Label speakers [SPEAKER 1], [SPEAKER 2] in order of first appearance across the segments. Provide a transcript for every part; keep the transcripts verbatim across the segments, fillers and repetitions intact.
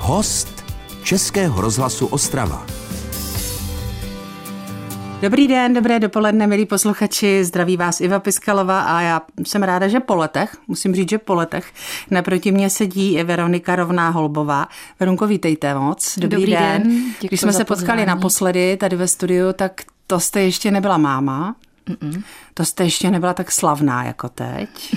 [SPEAKER 1] Host Českého rozhlasu Ostrava.
[SPEAKER 2] Dobrý den, dobré dopoledne, milí posluchači, zdraví vás Iva Piskalová a já jsem ráda, že po letech, musím říct, že po letech, naproti mě sedí Veronika Rovná-Holbová. Verunko, vítejte moc.
[SPEAKER 3] Dobrý, Dobrý den. den.
[SPEAKER 2] Když jsme se potkali naposledy tady ve studiu, tak to jste ještě nebyla máma, Mm-mm. to jste ještě nebyla tak slavná jako teď.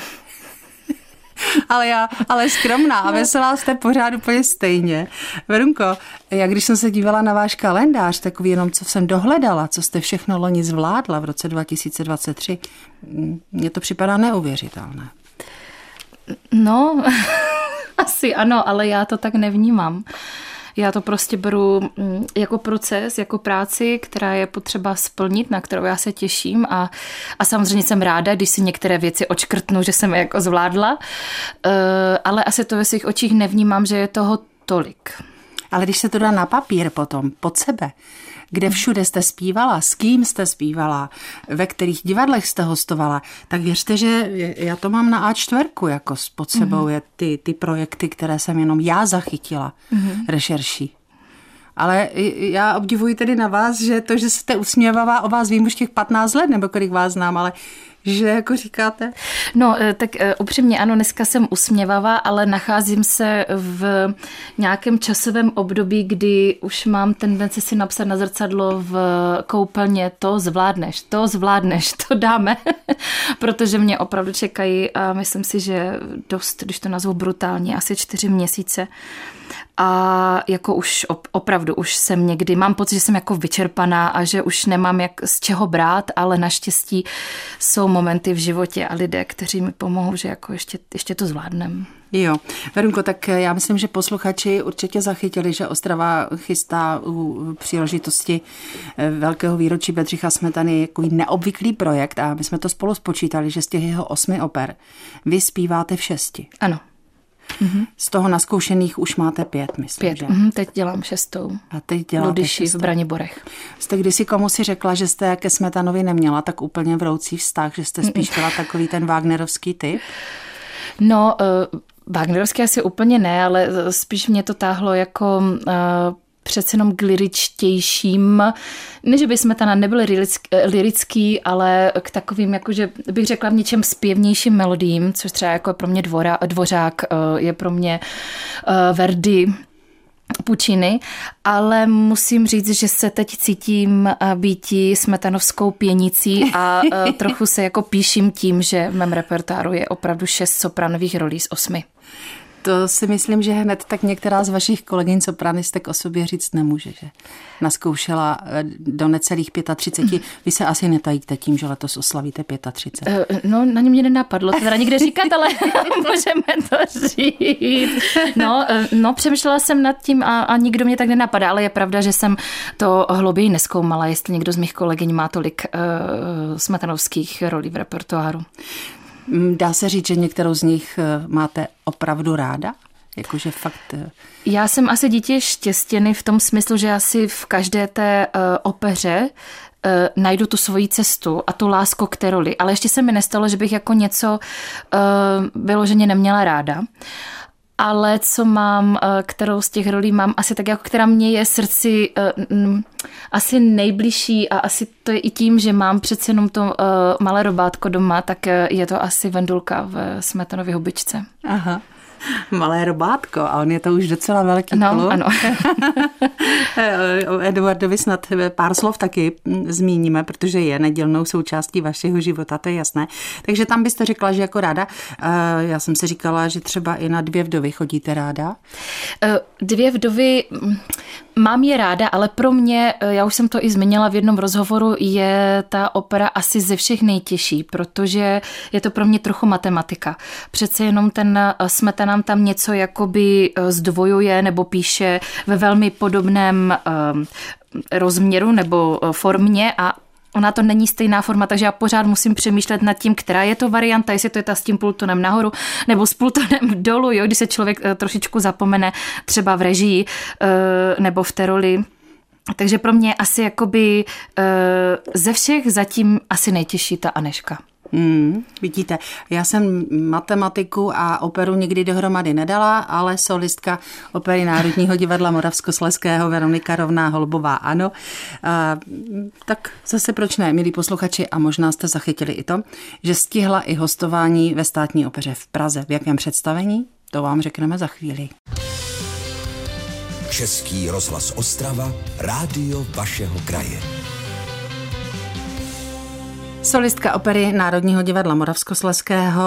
[SPEAKER 2] Ale já, ale skromná a veselá jste pořád úplně stejně. Verunko, já když jsem se dívala na váš kalendář, takový jenom, co jsem dohledala, co jste všechno loni zvládla v roce dva tisíce dvacet tři, mně to připadá neuvěřitelné.
[SPEAKER 3] No, asi ano, ale já to tak nevnímám. Já to prostě beru jako proces, jako práci, která je potřeba splnit, na kterou já se těším a, a samozřejmě jsem ráda, když si některé věci odškrtnu, že jsem je jako zvládla, uh, ale asi to ve svých očích nevnímám, že je toho tolik.
[SPEAKER 2] Ale když se to dá na papír potom, pod sebe, kde všude jste zpívala, s kým jste zpívala, ve kterých divadlech jste hostovala, tak věřte, že já to mám na á čtyři, jako pod sebou mm-hmm. je ty, ty projekty, které jsem jenom já zachytila mm-hmm. rešerší. Ale já obdivuji tedy na vás, že to, že jste usměvavá, o vás vím už těch patnáct let, nebo kolik vás znám, ale že jako říkáte?
[SPEAKER 3] No, tak upřímně ano, dneska jsem usměvavá, ale nacházím se v nějakém časovém období, kdy už mám tendenci si napsat na zrcadlo v koupelně: to zvládneš, to zvládneš, to dáme, protože mě opravdu čekají a myslím si, že dost, když to nazvu brutálně, asi čtyři měsíce. A jako už opravdu už jsem někdy, mám pocit, že jsem jako vyčerpaná a že už nemám jak z čeho brát, ale naštěstí jsou momenty v životě a lidé, kteří mi pomohou, že jako ještě, ještě to zvládnem.
[SPEAKER 2] Jo, Verunko, tak já myslím, že posluchači určitě zachytili, že Ostrava chystá u příležitosti velkého výročí Bedřicha Smetany takový neobvyklý projekt a my jsme to spolu spočítali, že z těch jeho osmi oper vy zpíváte v šesti.
[SPEAKER 3] Ano.
[SPEAKER 2] Mm-hmm. Z toho naskoušených už máte pět, myslím.
[SPEAKER 3] Pět, že? Mm-hmm, teď dělám šestou.
[SPEAKER 2] A teď děláte
[SPEAKER 3] Ludyši
[SPEAKER 2] šestou.
[SPEAKER 3] V Braniborech.
[SPEAKER 2] Jste kdysi komu si řekla, že jste ke Smetanovi neměla tak úplně vroucí vztah, že jste spíš byla takový ten wagnerovský typ?
[SPEAKER 3] No, uh, wagnerovský asi úplně ne, ale spíš mě to táhlo jako Uh, přece jenom k liričtějším, ne, že by Smetana nebyl lirický, ale k takovým, jakože bych řekla v něčem zpěvnějším melodím, což třeba jako pro mě dvora, Dvořák, je pro mě Verdi, Puccini, ale musím říct, že se teď cítím býti smetanovskou pěnicí a trochu se jako píším tím, že v mém repertoáru je opravdu šest sopranových rolí z osmi.
[SPEAKER 2] To si myslím, že hned tak některá z vašich kolegyň sopranistek o sobě říct nemůže, že naskoušela do necelých třicet pět. Vy se asi netajíte tím, že letos oslavíte třicet pět.
[SPEAKER 3] No, na ně mě nenapadlo, to teda nikde říkat, ale můžeme to říct. No, no, přemýšlela jsem nad tím a, a nikdo mě tak nenapadá, ale je pravda, že jsem to hlouběji nezkoumala, jestli někdo z mých kolegyň má tolik uh, smetanovských rolí v repertoáru.
[SPEAKER 2] Dá se říct, že některou z nich máte opravdu ráda? Jakože fakt...
[SPEAKER 3] Já jsem asi dítě štěstěny v tom smyslu, že asi v každé té uh, opeře uh, najdu tu svoji cestu a tu lásku k té roli. Ale ještě se mi nestalo, že bych jako něco uh, vyloženě neměla ráda. Ale co mám, kterou z těch rolí mám asi tak, jako která mě je srdci uh, asi nejbližší a asi to je i tím, že mám přece jenom to uh, malé robátko doma, tak je to asi Vendulka v Smetanově Hubičce.
[SPEAKER 2] Aha. Malé robátko a on je to už docela velký
[SPEAKER 3] no,
[SPEAKER 2] kluk.
[SPEAKER 3] Ano.
[SPEAKER 2] O Eduardovi snad pár slov taky zmíníme, protože je nedílnou součástí vašeho života, to je jasné. Takže tam byste řekla, že jako ráda. Já jsem si říkala, že třeba i na Dvě vdovy chodíte ráda.
[SPEAKER 3] Dvě vdovy, mám je ráda, ale pro mě, já už jsem to i zmínila v jednom rozhovoru, je ta opera asi ze všech nejtěžší, protože je to pro mě trochu matematika. Přece jenom ten Smetana nám tam něco jakoby zdvojuje nebo píše ve velmi podobném rozměru nebo formě a ona to není stejná forma, takže já pořád musím přemýšlet nad tím, která je to varianta, jestli to je ta s tím pultonem nahoru nebo s pultonem dolů, jo, když se člověk trošičku zapomene třeba v režii nebo v té roli. Takže pro mě asi jakoby ze všech zatím asi nejtěžší ta Anežka.
[SPEAKER 2] Hmm, vidíte, já jsem matematiku a operu nikdy dohromady nedala, ale solistka opery Národního divadla Moravskoslezského Veronika Rovná-Holubová, ano. A, tak zase proč ne, milí posluchači, a možná jste zachytili i to, že stihla i hostování ve Státní opeře v Praze. V jakém představení? To vám řekneme za chvíli.
[SPEAKER 1] Český rozhlas Ostrava, rádio vašeho kraje.
[SPEAKER 2] Solistka opery Národního divadla Moravskoslezského,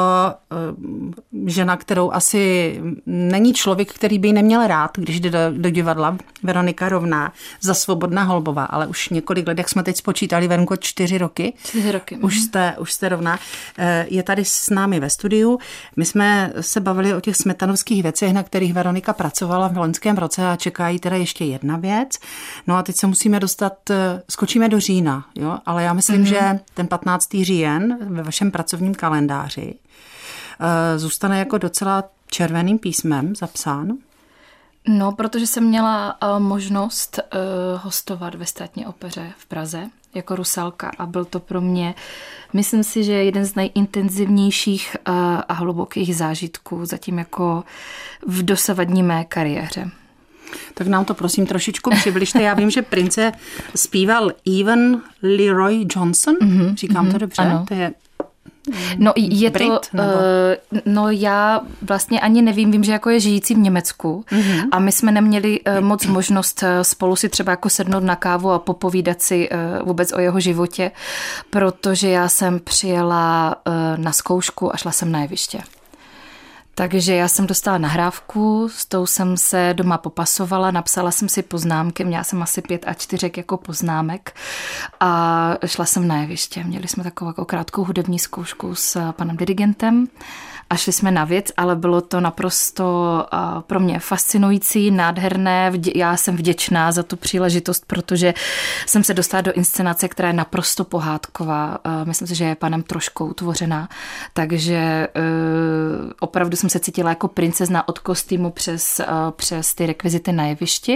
[SPEAKER 2] žena, kterou asi není člověk, který by ji neměl rád, když jde do, do divadla, Veronika Rovná, za Svobodná Holubová, ale už několik let, jak jsme teď spočítali, Veronko, čtyři roky.
[SPEAKER 3] Čtyři roky.
[SPEAKER 2] Už jste, už jste Rovná. Je tady s námi ve studiu. My jsme se bavili o těch smetanovských věcech, na kterých Veronika pracovala v loňském roce a čeká jí teda ještě jedna věc. No a teď se musíme dostat, skočíme do října, jo? Ale já myslím, mm-hmm. že ten patnáctého říjen ve vašem pracovním kalendáři zůstane jako docela červeným písmem zapsáno?
[SPEAKER 3] No, protože jsem měla možnost hostovat ve Státní opeře v Praze jako Rusalka a byl to pro mě, myslím si, že jeden z nejintenzivnějších a hlubokých zážitků zatím jako v dosavadní mé kariéře.
[SPEAKER 2] Tak nám to prosím trošičku přibližte. Já vím, že prince zpíval Evan Leroy Johnson. Mm-hmm, Říkám mm-hmm, to dobře?
[SPEAKER 3] Ano.
[SPEAKER 2] To je
[SPEAKER 3] No je
[SPEAKER 2] Brit,
[SPEAKER 3] to, nebo? Uh, no já vlastně ani nevím, vím, že jako je žijící v Německu mm-hmm. a my jsme neměli uh, moc možnost uh, spolu si třeba jako sednout na kávu a popovídat si uh, vůbec o jeho životě, protože já jsem přijela uh, na zkoušku a šla jsem na jeviště. Takže já jsem dostala nahrávku, s tou jsem se doma popasovala, napsala jsem si poznámky, měla jsem asi pět a čtyřek jako poznámek a šla jsem na jeviště. Měli jsme takovou jako krátkou hudební zkoušku s panem dirigentem a šli jsme na věc, ale bylo to naprosto pro mě fascinující, nádherné. Já jsem vděčná za tu příležitost, protože jsem se dostala do inscenace, která je naprosto pohádková. Myslím si, že je panem Troškou tvořená, takže opravdu jsem se cítila jako princezna od kostýmu přes, přes ty rekvizity na jevišti.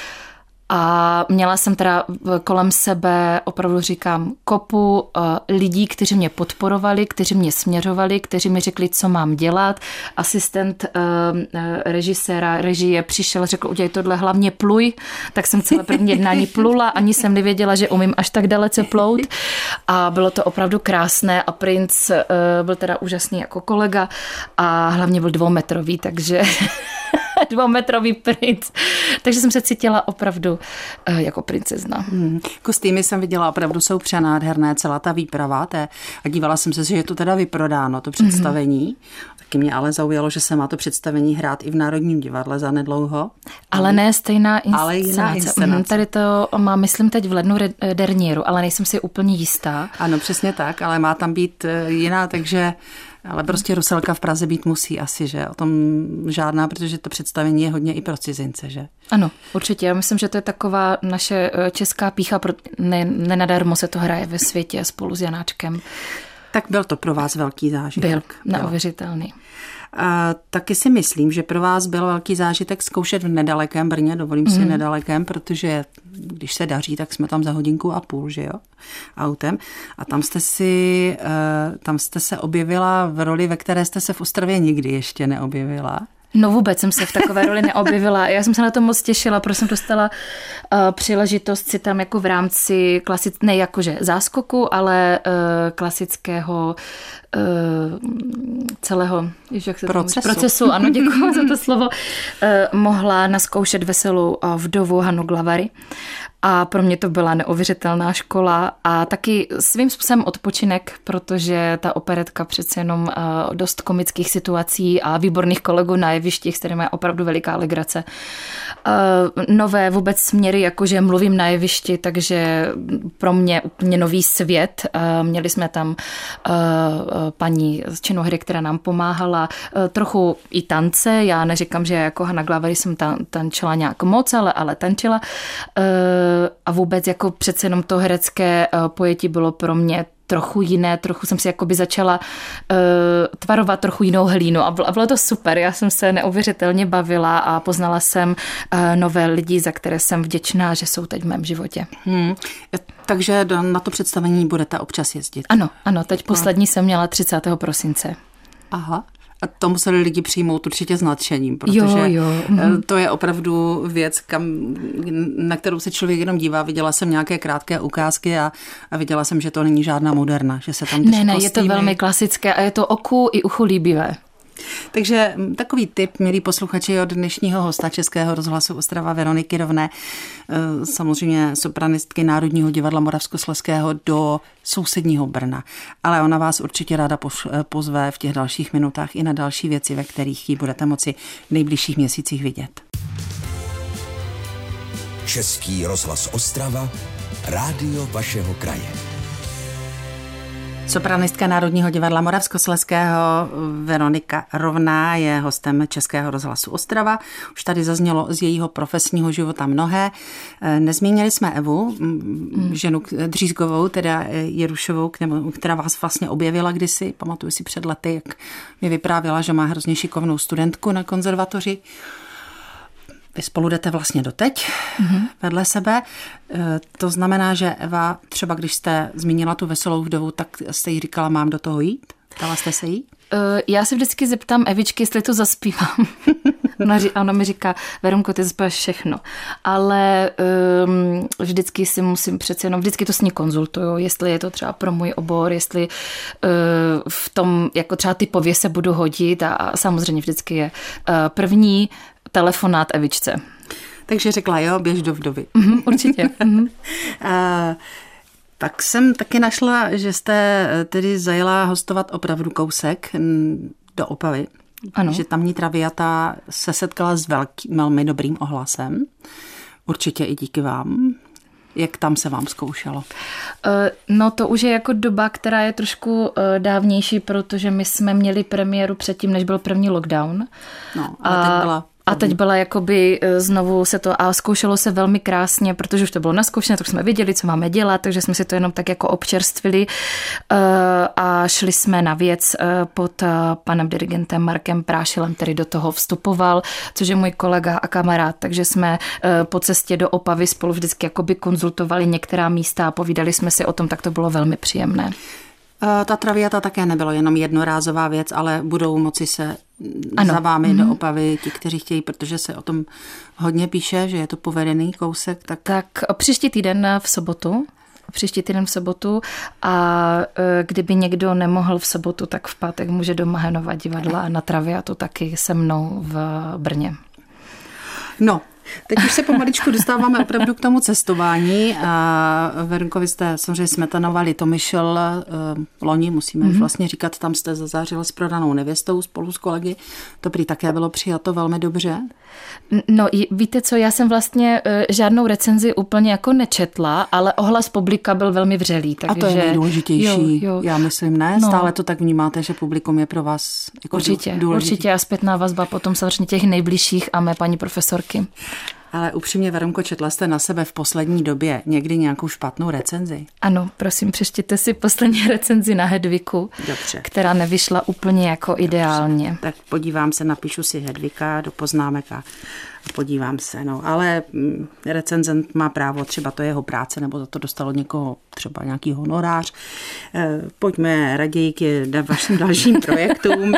[SPEAKER 3] A měla jsem teda kolem sebe, opravdu říkám, kopu lidí, kteří mě podporovali, kteří mě směřovali, kteří mi řekli, co mám dělat. Asistent režiséra, režie přišel, řekl, udělej tohle, hlavně pluj. Tak jsem celé první jednání plula, ani jsem nevěděla, že umím až tak dalece plout. A bylo to opravdu krásné a princ byl teda úžasný jako kolega a hlavně byl dvoumetrový, takže... dvoumetrový princ. Takže jsem se cítila opravdu uh, jako princezna.
[SPEAKER 2] Hmm. Kostýmy jsem viděla, opravdu jsou přenádherné, celá ta výprava. Té, a dívala jsem se, že je to teda vyprodáno, to představení. Mm-hmm. Taky mě ale zaujalo, že se má to představení hrát i v Národním divadle za nedlouho.
[SPEAKER 3] Ale ne stejná inscenace.
[SPEAKER 2] Ale jiná inscenace.
[SPEAKER 3] Tady to má, myslím, teď v lednu derniéru, ale nejsem si úplně jistá.
[SPEAKER 2] Ano, přesně tak, ale má tam být jiná, takže... Ale prostě Ruselka v Praze být musí asi, že? O tom žádná, protože to představení je hodně i pro cizince, že?
[SPEAKER 3] Ano, určitě. Já myslím, že to je taková naše česká pícha, ne, nenadarmo se to hraje ve světě spolu s Janáčkem.
[SPEAKER 2] Tak byl to pro vás velký zážitek.
[SPEAKER 3] Byl, neuvěřitelný.
[SPEAKER 2] A taky si myslím, že pro vás byl velký zážitek zkoušet v nedalekém Brně, dovolím si mm. nedalekém, protože když se daří, tak jsme tam za hodinku a půl, že jo, autem. A tam jste si, tam jste se objevila v roli, ve které jste se v Ostravě nikdy ještě neobjevila.
[SPEAKER 3] No vůbec jsem se v takové roli neobjevila. Já jsem se na to moc těšila, protože jsem dostala uh, příležitost si tam jako v rámci klasic, ne jakože záskoku, ale uh, klasického uh, celého jež, jak se
[SPEAKER 2] procesu.
[SPEAKER 3] procesu, ano, děkuji za to slovo, uh, mohla naskoušet Veselou uh, vdovu Hanu Glavary. A pro mě to byla neuvěřitelná škola a taky svým způsobem odpočinek, protože ta operetka přece jenom uh, dost komických situací a výborných kolegů na jevištích, s kterými je opravdu veliká legrace. Uh, nové vůbec směry, jakože mluvím na jevišti, takže pro mě úplně nový svět. Uh, měli jsme tam uh, paní z činohry, která nám pomáhala, uh, trochu i tance. Já neříkám, že jako Hana Glavary jsem tan- tančila nějak moc, ale, ale tančila. Uh, A vůbec jako přece jenom to herecké pojetí bylo pro mě trochu jiné, trochu jsem si jakoby začala uh, tvarovat trochu jinou hlínu a bylo, a bylo to super. Já jsem se neuvěřitelně bavila a poznala jsem uh, nové lidi, za které jsem vděčná, že jsou teď v mém životě. Hmm.
[SPEAKER 2] Takže na to představení budete občas jezdit?
[SPEAKER 3] Ano, ano, teď poslední jsem měla třicátého prosince.
[SPEAKER 2] Aha. A to museli lidi přijmout určitě s nadšením, protože
[SPEAKER 3] jo, jo. Mhm.
[SPEAKER 2] to je opravdu věc, kam, na kterou se člověk jenom dívá. Viděla jsem nějaké krátké ukázky a, a viděla jsem, že to není žádná moderna, že se tam
[SPEAKER 3] Ne, ne, je to velmi klasické a je to oku i uchu líbivé.
[SPEAKER 2] Takže takový tip, milí posluchači, od dnešního hosta Českého rozhlasu Ostrava Veroniky Rovné, samozřejmě sopranistky Národního divadla Moravskoslezského do sousedního Brna. Ale ona vás určitě ráda pozve v těch dalších minutách i na další věci, ve kterých ji budete moci v nejbližších měsících vidět.
[SPEAKER 1] Český rozhlas Ostrava, rádio vašeho kraje.
[SPEAKER 2] Sopranistka Národního divadla Moravskoslezského Veronika Rovná je hostem Českého rozhlasu Ostrava. Už tady zaznělo z jejího profesního života mnohé. Nezmínili jsme Evu, hmm. ženu Dřízgovou, teda Jerušovou, která vás vlastně objevila kdysi. Pamatuju si před lety, jak mi vyprávěla, že má hrozně šikovnou studentku na konzervatoři. Vy spolu jdete vlastně doteď mm-hmm. vedle sebe. To znamená, že Eva, třeba když jste zmínila tu Veselou vdovu, tak jste jí říkala, mám do toho jít? Ptala jste se jí?
[SPEAKER 3] Já se vždycky zeptám Evičky, jestli to zaspívám. A ona mi říká, Veronko, ty zaspíváš všechno. Ale um, vždycky si musím přece jenom, vždycky to s ní konzultuju, jestli je to třeba pro můj obor, jestli uh, v tom, jako třeba typově se budu hodit a, a samozřejmě vždycky je uh, první telefonát Evičce.
[SPEAKER 2] Takže řekla, jo, běž do vdovy.
[SPEAKER 3] Mm, určitě. Mm.
[SPEAKER 2] uh, tak jsem taky našla, že jste tedy zajela hostovat opravdu kousek do Opavy.
[SPEAKER 3] Ano.
[SPEAKER 2] Že tamní Traviata se setkala s velkým, velmi dobrým ohlasem. Určitě i díky vám. Jak tam se vám zkoušelo?
[SPEAKER 3] No to už je jako doba, která je trošku dávnější, protože my jsme měli premiéru předtím, než byl první lockdown.
[SPEAKER 2] No, ale teď byla...
[SPEAKER 3] A teď byla jakoby znovu se to a zkoušelo se velmi krásně, protože už to bylo naskoušené, tak jsme věděli, co máme dělat, takže jsme si to jenom tak jako občerstvili a šli jsme na věc pod panem dirigentem Markem Prášilem, který do toho vstupoval, což je můj kolega a kamarád, takže jsme po cestě do Opavy spolu vždycky jakoby konzultovali některá místa a povídali jsme si o tom, tak to bylo velmi příjemné.
[SPEAKER 2] Ta Traviata také nebylo jenom jednorázová věc, ale budou moci se
[SPEAKER 3] ano.
[SPEAKER 2] za vámi
[SPEAKER 3] mm-hmm.
[SPEAKER 2] do Opavy ti, kteří chtějí, protože se o tom hodně píše, že je to povedený kousek. Tak,
[SPEAKER 3] tak příští týden v sobotu. Příští týden v sobotu a kdyby někdo nemohl v sobotu, tak v pátek může do Mahenova divadla na Traviatu taky se mnou v Brně.
[SPEAKER 2] No, teď už se pomaličku dostáváme opravdu k tomu cestování. Veronko, vy jste samozřejmě Smetanova Litomyšl loni, musíme mm-hmm. už vlastně říkat, tam jste zazářila s Prodanou nevěstou spolu s kolegy. To prý také bylo přijato velmi dobře.
[SPEAKER 3] No víte co, já jsem vlastně žádnou recenzi úplně jako nečetla, ale ohlas publika byl velmi vřelý. Takže...
[SPEAKER 2] A to je nejdůležitější,
[SPEAKER 3] jo, jo.
[SPEAKER 2] já myslím, ne? No. Stále to tak vnímáte, že publikum je pro vás jako
[SPEAKER 3] určitě,
[SPEAKER 2] důležitý.
[SPEAKER 3] Určitě a zpětná vazba potom samozřejmě těch nejbližších a mé paní profesorky.
[SPEAKER 2] Ale upřímně, Veronko, četla jste na sebe v poslední době někdy nějakou špatnou recenzi?
[SPEAKER 3] Ano, prosím, přečtěte si poslední recenzi na Hedviku,
[SPEAKER 2] Dobře.
[SPEAKER 3] která nevyšla úplně jako ideálně.
[SPEAKER 2] Tak podívám se, napíšu si Hedvika do poznámek a podívám se. No, ale recenzent má právo, třeba to je jeho práce, nebo za to dostalo někoho, třeba nějaký honorář. Pojďme raději k vašim dalším projektům,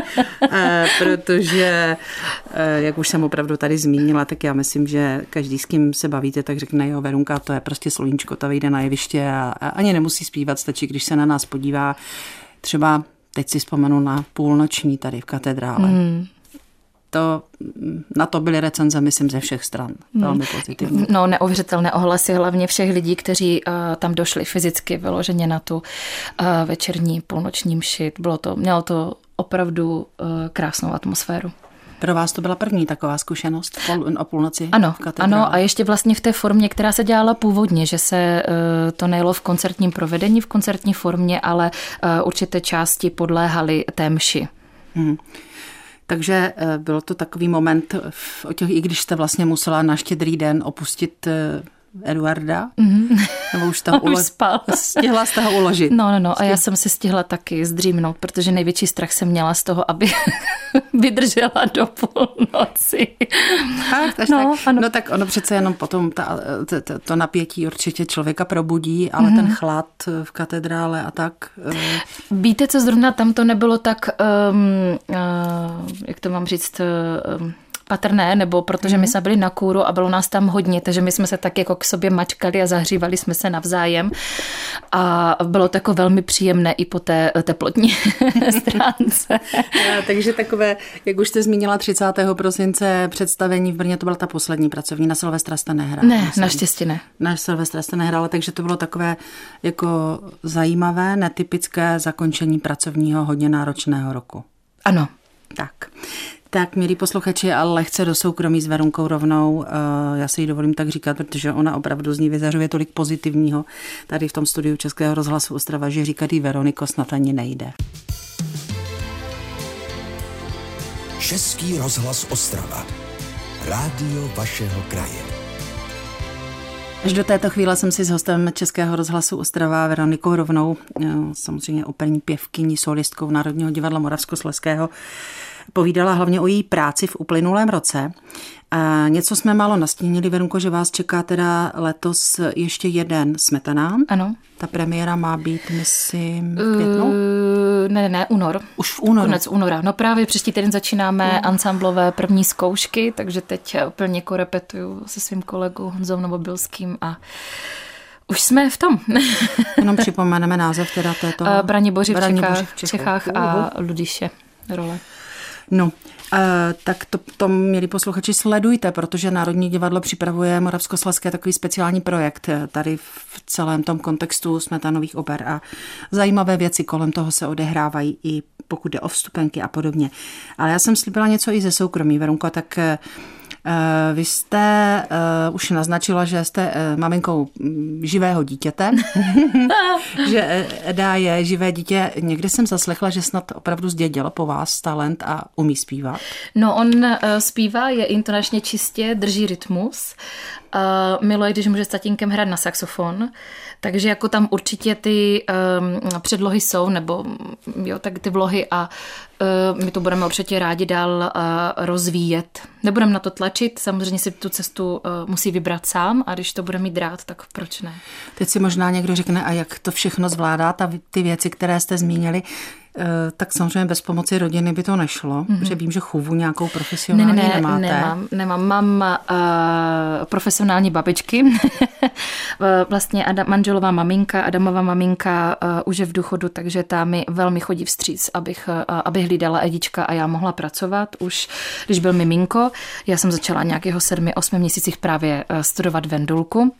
[SPEAKER 2] protože, jak už jsem opravdu tady zmínila, tak já myslím, že každý, s kým se bavíte, tak řekne, jo, Verunka, to je prostě sluníčko, ta vyjde na jeviště a, a ani nemusí zpívat, stačí, když se na nás podívá. Třeba teď si vzpomenu na Půlnoční tady v katedrále. Mm. To, na to byly recenze, myslím, ze všech stran. Velmi pozitivní.
[SPEAKER 3] No, neuvěřitelné ohlasy hlavně všech lidí, kteří uh, tam došli fyzicky vyloženě na tu uh, večerní půlnoční mši. Bylo to, mělo to opravdu uh, krásnou atmosféru.
[SPEAKER 2] Pro vás to byla první taková zkušenost o půlnoci
[SPEAKER 3] ano,
[SPEAKER 2] v katedrále?
[SPEAKER 3] Ano, a ještě vlastně v té formě, která se dělala původně, že se uh, to nejelo v koncertním provedení, v koncertní formě, ale uh, určité části podléhaly té mši. Hmm.
[SPEAKER 2] Takže byl to takový moment, i když jste vlastně musela na Štědrý den opustit Eduarda? Mm-hmm. Nebo už toho ulo...
[SPEAKER 3] už spal.
[SPEAKER 2] Stihla z toho uložit?
[SPEAKER 3] No, no, no. A já jsem si stihla taky zdřímnout, protože největší strach jsem měla z toho, aby vydržela do půlnoci.
[SPEAKER 2] Ach, tak, no, tak. no tak ono přece jenom potom ta, to, to, to napětí určitě člověka probudí, ale mm-hmm. ten chlad v katedrále a tak.
[SPEAKER 3] Víte, co zrovna tam to nebylo tak, um, uh, jak to mám říct, um, patrné, nebo protože my jsme byli na kůru a bylo nás tam hodně, takže my jsme se tak jako k sobě mačkali a zahřívali jsme se navzájem a bylo to jako velmi příjemné i po té teplotní stránce.
[SPEAKER 2] Ja, takže takové, jak už jste zmínila, třicátého prosince představení v Brně, to byla ta poslední pracovní, na Silvestra jste nehrála.
[SPEAKER 3] Ne, myslím. Naštěstí ne.
[SPEAKER 2] Na Silvestra jste nehrála, takže to bylo takové jako zajímavé, netypické zakončení pracovního hodně náročného roku.
[SPEAKER 3] Ano.
[SPEAKER 2] Tak. Tak, milí posluchači, ale lehce do soukromí s Verunkou rovnou. Já si ji dovolím tak říkat, protože ona opravdu z ní vyzařuje tolik pozitivního tady v tom studiu Českého rozhlasu Ostrava, že říkat jí Veroniko snad ani nejde.
[SPEAKER 1] Český rozhlas Ostrava. Rádio vašeho kraje.
[SPEAKER 2] Až do této chvíle jsem si s hostem Českého rozhlasu Ostrava Veronikou Rovnou, samozřejmě operní pěvkyní, solistkou Národního divadla Moravskoslezského, povídala hlavně o její práci v uplynulém roce. A něco jsme málo nastínili, Verunko, že vás čeká teda letos ještě jeden Smetanán.
[SPEAKER 3] Ano.
[SPEAKER 2] Ta premiéra má být, myslím, v květnu? Uh,
[SPEAKER 3] ne, ne, únor.
[SPEAKER 2] Už v únoru.
[SPEAKER 3] Konec února. No právě příští týden začínáme uh. ansámblové první zkoušky, takže teď úplně korepetuju se svým kolegou Honzou Novobilským a už jsme v tom.
[SPEAKER 2] Jenom připomeneme název teda této...
[SPEAKER 3] Uh, Braniboři v,
[SPEAKER 2] Braniboři
[SPEAKER 3] v Čechách a Ludyše role.
[SPEAKER 2] No, uh, tak to, to, milí posluchači, sledujte, protože Národní divadlo připravuje Moravskoslezské takový speciální projekt tady v celém tom kontextu smetanových oper a zajímavé věci kolem toho se odehrávají i pokud jde o vstupenky a podobně. Ale já jsem slíbila něco i ze soukromí, Verunko, tak Uh, vy jste uh, už naznačila, že jste uh, maminkou živého dítěte, že Eda je živé dítě. Někde jsem zaslechla, že snad opravdu zdědil po vás talent a umí zpívat.
[SPEAKER 3] No on uh, zpívá, je intonačně čistě, drží rytmus. Uh, miluje, když může s tatínkem hrát na saxofon, takže jako tam určitě ty um, předlohy jsou, nebo jo, tak ty vlohy a uh, my to budeme určitě rádi dál uh, rozvíjet. Nebudeme na to tlačit, samozřejmě si tu cestu uh, musí vybrat sám a když to bude mít rád, tak proč ne?
[SPEAKER 2] Teď si možná někdo řekne, a jak to všechno zvládá, ta, ty věci, které jste zmínili, tak samozřejmě bez pomoci rodiny by to nešlo, mm-hmm. protože vím, že chůvu nějakou profesionální
[SPEAKER 3] ne, ne,
[SPEAKER 2] nemáte.
[SPEAKER 3] Nemám, nemám. Mám uh, profesionální babičky. Vlastně Adam, manželová maminka, Adamová maminka uh, už je v důchodu, takže ta mi velmi chodí vstříc, abych, uh, abych hlídala Edička a já mohla pracovat. Už když byl miminko, já jsem začala nějakého sedmi, osmi měsících právě uh, studovat vendulku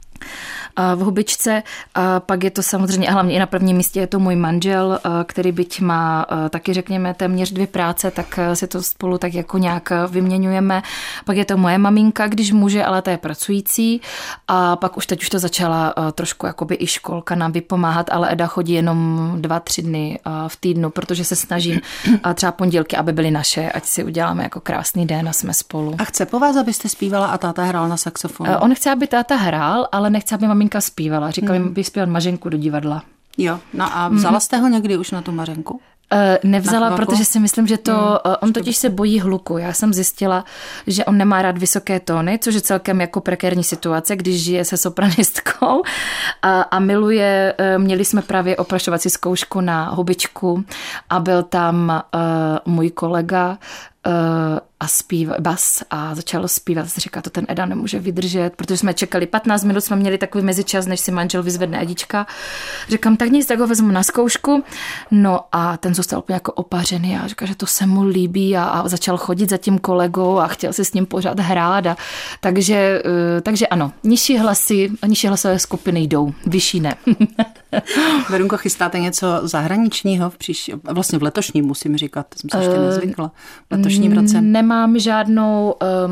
[SPEAKER 3] v hubičce. A pak je to samozřejmě, a hlavně i na prvním místě je to můj manžel, který byť má taky, řekněme, téměř dvě práce, tak si to spolu tak jako nějak vyměňujeme. Pak je to moje maminka, když může, ale ta je pracující. A pak už teď už to začala trošku jakoby i školka nám vypomáhat, ale Eda chodí jenom dva, tři dny v týdnu, protože se snažím třeba pondělky, aby byly naše, ať si uděláme jako krásný den a jsme spolu.
[SPEAKER 2] A chce po vás, abyste zpívala a táta hrál na saxofon?
[SPEAKER 3] On chce, aby táta hrál, ale nechce, aby maminka zpívala. Říkal jim, hmm. vyspěvat Mařenku do divadla.
[SPEAKER 2] Jo, no a vzala jste ho někdy už na tu Mařenku?
[SPEAKER 3] Uh, nevzala, protože si myslím, že to, hmm, on totiž se bojí hluku. Já jsem zjistila, že on nemá rád vysoké tóny, což je celkem jako prekérní situace, když žije se sopranistkou a, a miluje, měli jsme právě oprašovací zkoušku na hubičku a byl tam uh, můj kolega uh, a zpíval bas a začalo zpívat. Říká, to ten Eda nemůže vydržet, protože jsme čekali patnáct minut, jsme měli takový mezičas, než si manžel vyzvedne Edička. Říkám, tak nic, tak ho vezmu na zkoušku. No a ten zůstal úplně jako opařený a říká, že to se mu líbí a, a začal chodit za tím kolegou a chtěl si s ním pořád hrát. A, takže, uh, takže ano, nižší hlasy, nižší hlasové skupiny jdou, vyšší ne.
[SPEAKER 2] Verunko, chystáte něco zahraničního v příští, vlastně v letošním, musím říkat, jsem se ještě nezvykla, v letošním roce?
[SPEAKER 3] Nemám žádnou um,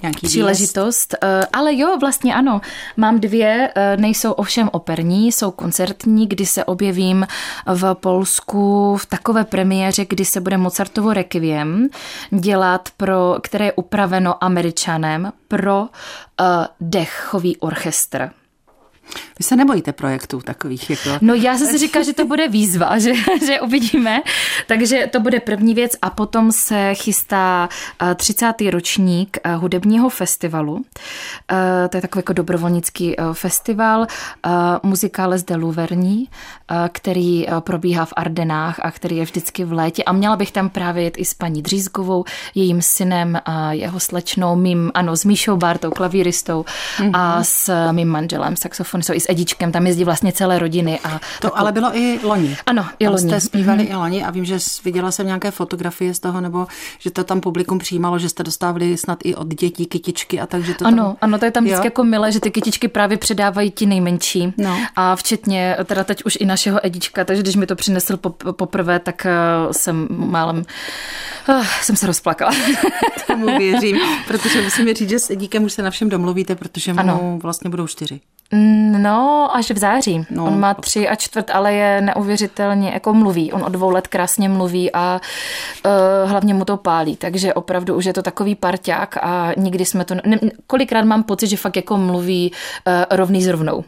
[SPEAKER 2] Nějaký
[SPEAKER 3] příležitost. Výjezd? Ale jo, vlastně ano. Mám dvě, nejsou ovšem operní, jsou koncertní, kdy se objevím v Polsku v takové premiéře, kdy se bude Mozartovo Requiem dělat, pro, které je upraveno Američanem pro uh, dechový orchestr.
[SPEAKER 2] Vy se nebojíte projektů takových? Jako...
[SPEAKER 3] No já jsem si říkala, že to bude výzva, že, že uvidíme. Takže to bude první věc a potom se chystá třicátý ročník hudebního festivalu. To je takový jako dobrovolnický festival Musicales de Louverní, který probíhá v Ardenách a který je vždycky v létě. A měla bych tam právě jet i s paní Dřízgovou, jejím synem, jeho slečnou, mým, ano, s Míšou Bártou, klavíristou mm-hmm. a s mým manželem, saxofonistou, i s Edičkem, tam jezdí vlastně celé rodiny. A
[SPEAKER 2] to takovou... ale bylo i loni.
[SPEAKER 3] Ano, i loni.
[SPEAKER 2] Tam jste zpívali mm-hmm. i loni a vím, že viděla jsem nějaké fotografie z toho, nebo že to tam publikum přijímalo, že jste dostávali snad i od dětí kytičky a takže to
[SPEAKER 3] ano,
[SPEAKER 2] tam...
[SPEAKER 3] Ano, to je tam vždycky jako milé, že ty kytičky právě předávají ti nejmenší. No. A včetně teda teď už i našeho Edička, takže když mi to přinesl poprvé, tak jsem málem uh, jsem se rozplakala.
[SPEAKER 2] Tomu věřím, protože musím říct, že s Edíkem už se na všem domluvíte, protože mu ano. vlastně budou čtyři.
[SPEAKER 3] No, až v září. No, on má tři a čtvrt, ale je neuvěřitelně, jako mluví. On od dvou let krásně mluví a uh, hlavně mu to pálí. Takže opravdu už je to takový parťák a nikdy jsme to... Ne, kolikrát mám pocit, že fakt jako mluví uh, rovný s rovnou.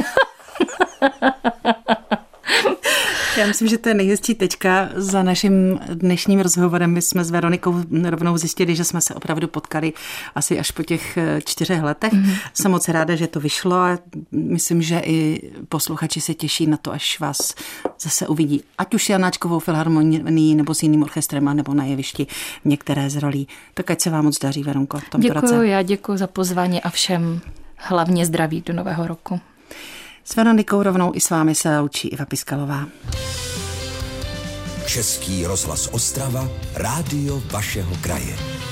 [SPEAKER 2] Já myslím, že to je nejhezčí tečka za naším dnešním rozhovorem. My jsme s Veronikou rovnou zjistili, že jsme se opravdu potkali asi až po těch čtyřech letech. Mm-hmm. Jsem moc ráda, že to vyšlo a myslím, že i posluchači se těší na to, až vás zase uvidí. Ať už s Janáčkovou filharmonií nebo s jiným orchestrem, nebo na jevišti v některé z rolí. Tak ať se vám moc daří, Veronko, v tomto roce.
[SPEAKER 3] Děkuji, já děkuji za pozvání a všem hlavně zdraví do nového roku.
[SPEAKER 2] S Veronikou rovnou i s vámi se loučí Iva Piskalová.
[SPEAKER 1] Český rozhlas Ostrava, rádio vašeho kraje.